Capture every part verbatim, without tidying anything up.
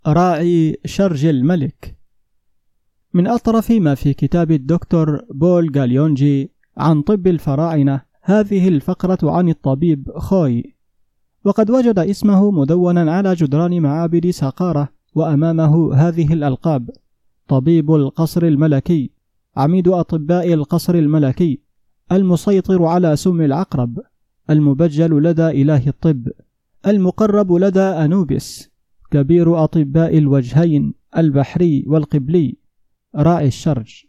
راعي شرج الملك. من أطرف ما في كتاب الدكتور بول غاليونجي عن طب الفراعنة هذه الفقرة عن الطبيب خوي، وقد وجد اسمه مدونا على جدران معابد سقارة، وأمامه هذه الألقاب: طبيب القصر الملكي، عميد أطباء القصر الملكي، المسيطر على سم العقرب، المبجل لدى إله الطب، المقرب لدى أنوبس، كبير أطباء الوجهين البحري والقبلي، راعي الشرج.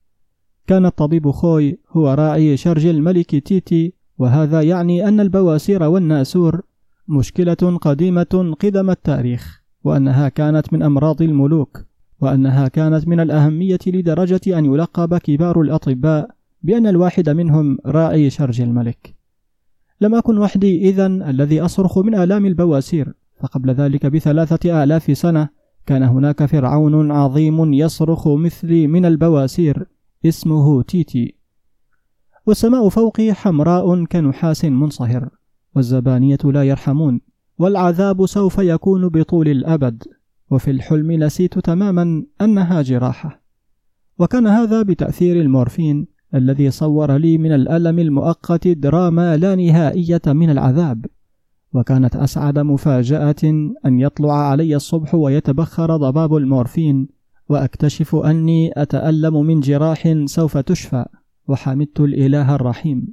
كان الطبيب خوي هو راعي شرج الملك تيتي، وهذا يعني أن البواسير والناسور مشكلة قديمة قدم التاريخ، وأنها كانت من أمراض الملوك، وأنها كانت من الأهمية لدرجة أن يلقب كبار الأطباء بأن الواحد منهم راعي شرج الملك. لم أكن وحدي إذن الذي أصرخ من آلام البواسير، فقبل ذلك بثلاثة آلاف سنة كان هناك فرعون عظيم يصرخ مثلي من البواسير، اسمه تيتي. والسماء فوقي حمراء كنحاس منصهر، والزبانية لا يرحمون، والعذاب سوف يكون بطول الأبد، وفي الحلم نسيت تماما أنها جراحة. وكان هذا بتأثير المورفين الذي صور لي من الألم المؤقت دراما لا نهائية من العذاب. وكانت أسعد مفاجأة أن يطلع علي الصبح ويتبخر ضباب المورفين، وأكتشف أني أتألم من جراح سوف تشفى، وحمدت الإله الرحيم.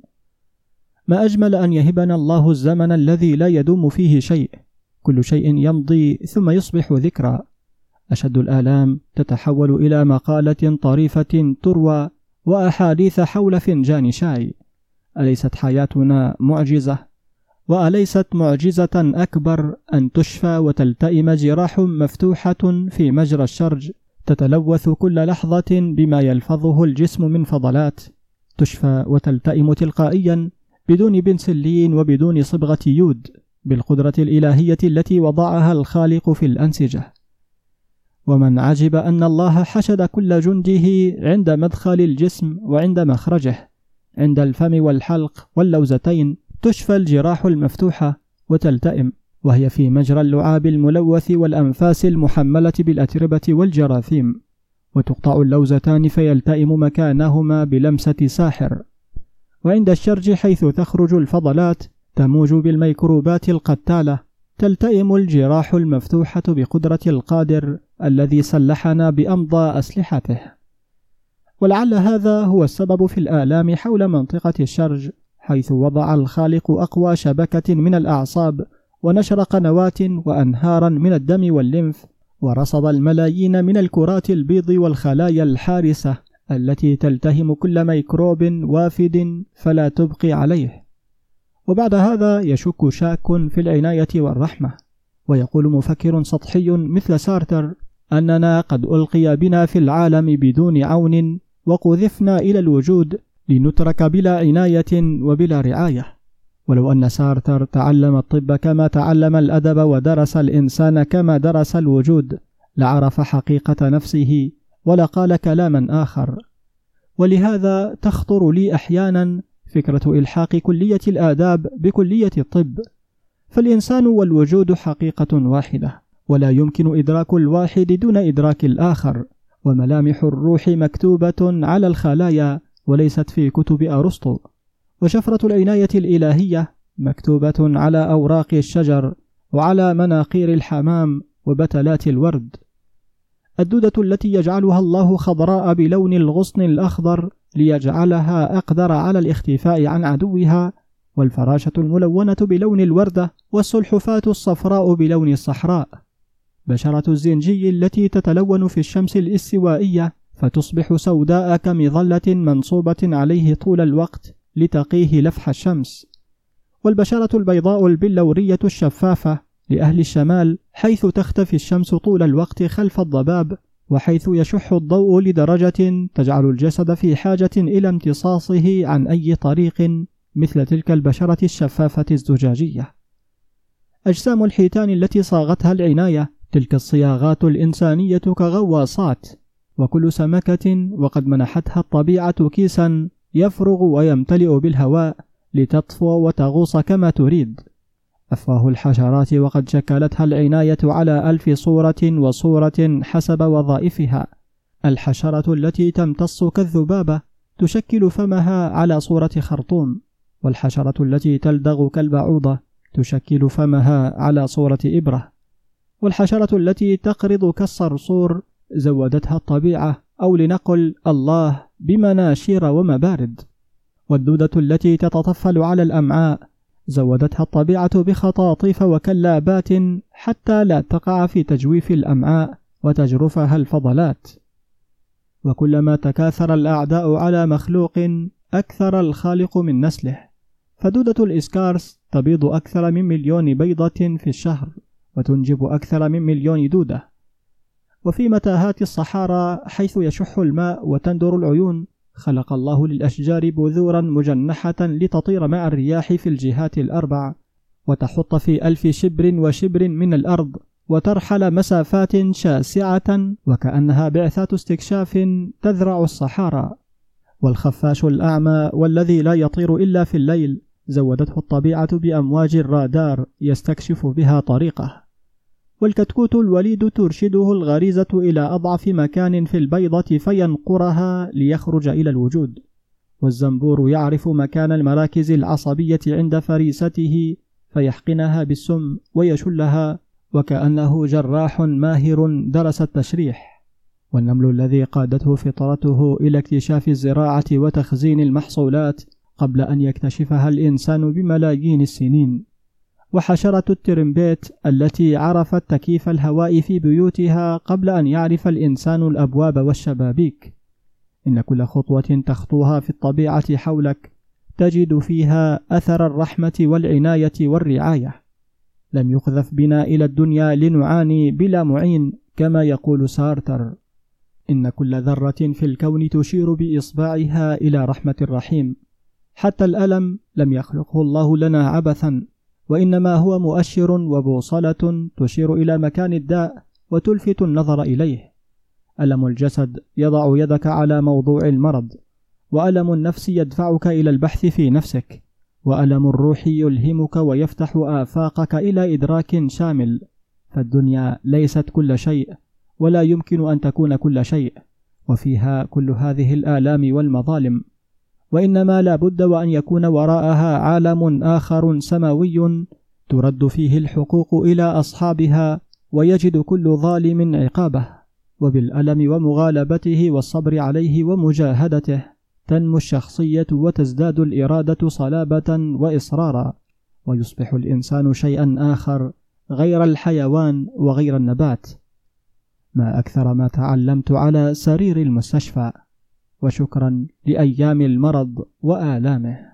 ما أجمل أن يهبنا الله الزمن الذي لا يدوم فيه شيء، كل شيء يمضي ثم يصبح ذكرى. أشد الآلام تتحول إلى مقالة طريفة تروى وأحاديث حول فنجان شاي. أليست حياتنا معجزة؟ وأليست معجزة أكبر أن تشفى وتلتئم جراح مفتوحة في مجرى الشرج تتلوث كل لحظة بما يلفظه الجسم من فضلات، تشفى وتلتئم تلقائيا بدون بنسلين وبدون صبغة يود، بالقدرة الإلهية التي وضعها الخالق في الأنسجة. ومن عجب أن الله حشد كل جنده عند مدخل الجسم وعند مخرجه، عند الفم والحلق واللوزتين تشفى الجراح المفتوحة وتلتئم، وهي في مجرى اللعاب الملوث والأنفاس المحملة بالأتربة والجراثيم، وتقطع اللوزتان فيلتئم مكانهما بلمسة ساحر. وعند الشرج حيث تخرج الفضلات تموج بالميكروبات القتالة، تلتئم الجراح المفتوحة بقدرة القادر الذي سلحنا بأمضى أسلحته. ولعل هذا هو السبب في الآلام حول منطقة الشرج، حيث وضع الخالق أقوى شبكة من الأعصاب، ونشر قنوات وأنهارا من الدم والليمف، ورصد الملايين من الكرات البيض والخلايا الحارسة التي تلتهم كل ميكروب وافد فلا تبقي عليه. وبعد هذا يشك شاك في العناية والرحمة، ويقول مفكر سطحي مثل سارتر أننا قد ألقي بنا في العالم بدون عون، وقذفنا إلى الوجود لنترك بلا عناية وبلا رعاية. ولو أن سارتر تعلم الطب كما تعلم الأدب ودرس الإنسان كما درس الوجود، لعرف حقيقة نفسه ولقال كلاما آخر. ولهذا تخطر لي أحيانا فكرة إلحاق كلية الآداب بكلية الطب، فالإنسان والوجود حقيقة واحدة، ولا يمكن إدراك الواحد دون إدراك الآخر، وملامح الروح مكتوبة على الخلايا وليست في كتب أرسطو، وشفرة العناية الإلهية مكتوبة على أوراق الشجر وعلى مناقير الحمام وبتلات الورد. الدودة التي يجعلها الله خضراء بلون الغصن الأخضر ليجعلها أقدر على الاختفاء عن عدوها، والفراشة الملونة بلون الوردة، والسلحفاة الصفراء بلون الصحراء. بشرة الزنجي التي تتلون في الشمس الاستوائية فتصبح سوداء كمظلة منصوبة عليه طول الوقت لتقيه لفح الشمس. والبشرة البيضاء البلورية الشفافة لأهل الشمال حيث تختفي الشمس طول الوقت خلف الضباب، وحيث يشح الضوء لدرجة تجعل الجسد في حاجة إلى امتصاصه عن أي طريق، مثل تلك البشرة الشفافة الزجاجية. أجسام الحيتان التي صاغتها العناية تلك الصياغات الإنسانية كغواصات، وكل سمكة وقد منحتها الطبيعة كيسا يفرغ ويمتلئ بالهواء لتطفو وتغوص كما تريد. أفواه الحشرات وقد شكلتها العناية على ألف صورة وصورة حسب وظائفها. الحشرة التي تمتص كالذبابة تشكل فمها على صورة خرطوم، والحشرة التي تلدغ كالبعوضة تشكل فمها على صورة إبرة، والحشرة التي تقرض كالصرصور زودتها الطبيعة أو لنقل الله بمناشير ومبارد، والدودة التي تتطفل على الأمعاء زودتها الطبيعة بخطاطيف وكلابات حتى لا تقع في تجويف الأمعاء وتجرفها الفضلات. وكلما تكاثر الأعداء على مخلوق أكثر الخالق من نسله، فدودة الإسكارس تبيض أكثر من مليون بيضة في الشهر وتنجب أكثر من مليون دودة. وفي متاهات الصحارى حيث يشح الماء وتندر العيون خلق الله للأشجار بذورا مجنحة لتطير مع الرياح في الجهات الأربع، وتحط في ألف شبر وشبر من الأرض، وترحل مسافات شاسعة وكأنها بعثات استكشاف تذرع الصحارى. والخفاش الأعمى والذي لا يطير إلا في الليل زودته الطبيعة بأمواج الرادار يستكشف بها طريقه. والكتكوت الوليد ترشده الغريزة إلى أضعف مكان في البيضة فينقرها ليخرج إلى الوجود. والزنبور يعرف مكان المراكز العصبية عند فريسته فيحقنها بالسم ويشلها وكأنه جراح ماهر درس التشريح. والنمل الذي قادته فطرته إلى اكتشاف الزراعة وتخزين المحصولات قبل أن يكتشفها الإنسان بملايين السنين. وحشرة الترمبيت التي عرفت تكييف الهواء في بيوتها قبل أن يعرف الإنسان الأبواب والشبابيك. إن كل خطوة تخطوها في الطبيعة حولك تجد فيها أثر الرحمة والعناية والرعاية. لم يقذف بنا إلى الدنيا لنعاني بلا معين كما يقول سارتر. إن كل ذرة في الكون تشير بإصبعها إلى رحمة الرحيم. حتى الألم لم يخلقه الله لنا عبثا، وإنما هو مؤشر وبوصلة تشير إلى مكان الداء وتلفت النظر إليه. ألم الجسد يضع يدك على موضوع المرض، وألم النفس يدفعك إلى البحث في نفسك، وألم الروح يلهمك ويفتح آفاقك إلى إدراك شامل. فالدنيا ليست كل شيء، ولا يمكن أن تكون كل شيء، وفيها كل هذه الآلام والمظالم، وإنما لا بد وأن يكون وراءها عالم آخر سماوي ترد فيه الحقوق إلى أصحابها ويجد كل ظالم عقابه. وبالألم ومغالبته والصبر عليه ومجاهدته تنمو الشخصية وتزداد الإرادة صلابة وإصرارا، ويصبح الإنسان شيئا آخر غير الحيوان وغير النبات. ما أكثر ما تعلمت على سرير المستشفى، وشكرا لأيام المرض وآلامه.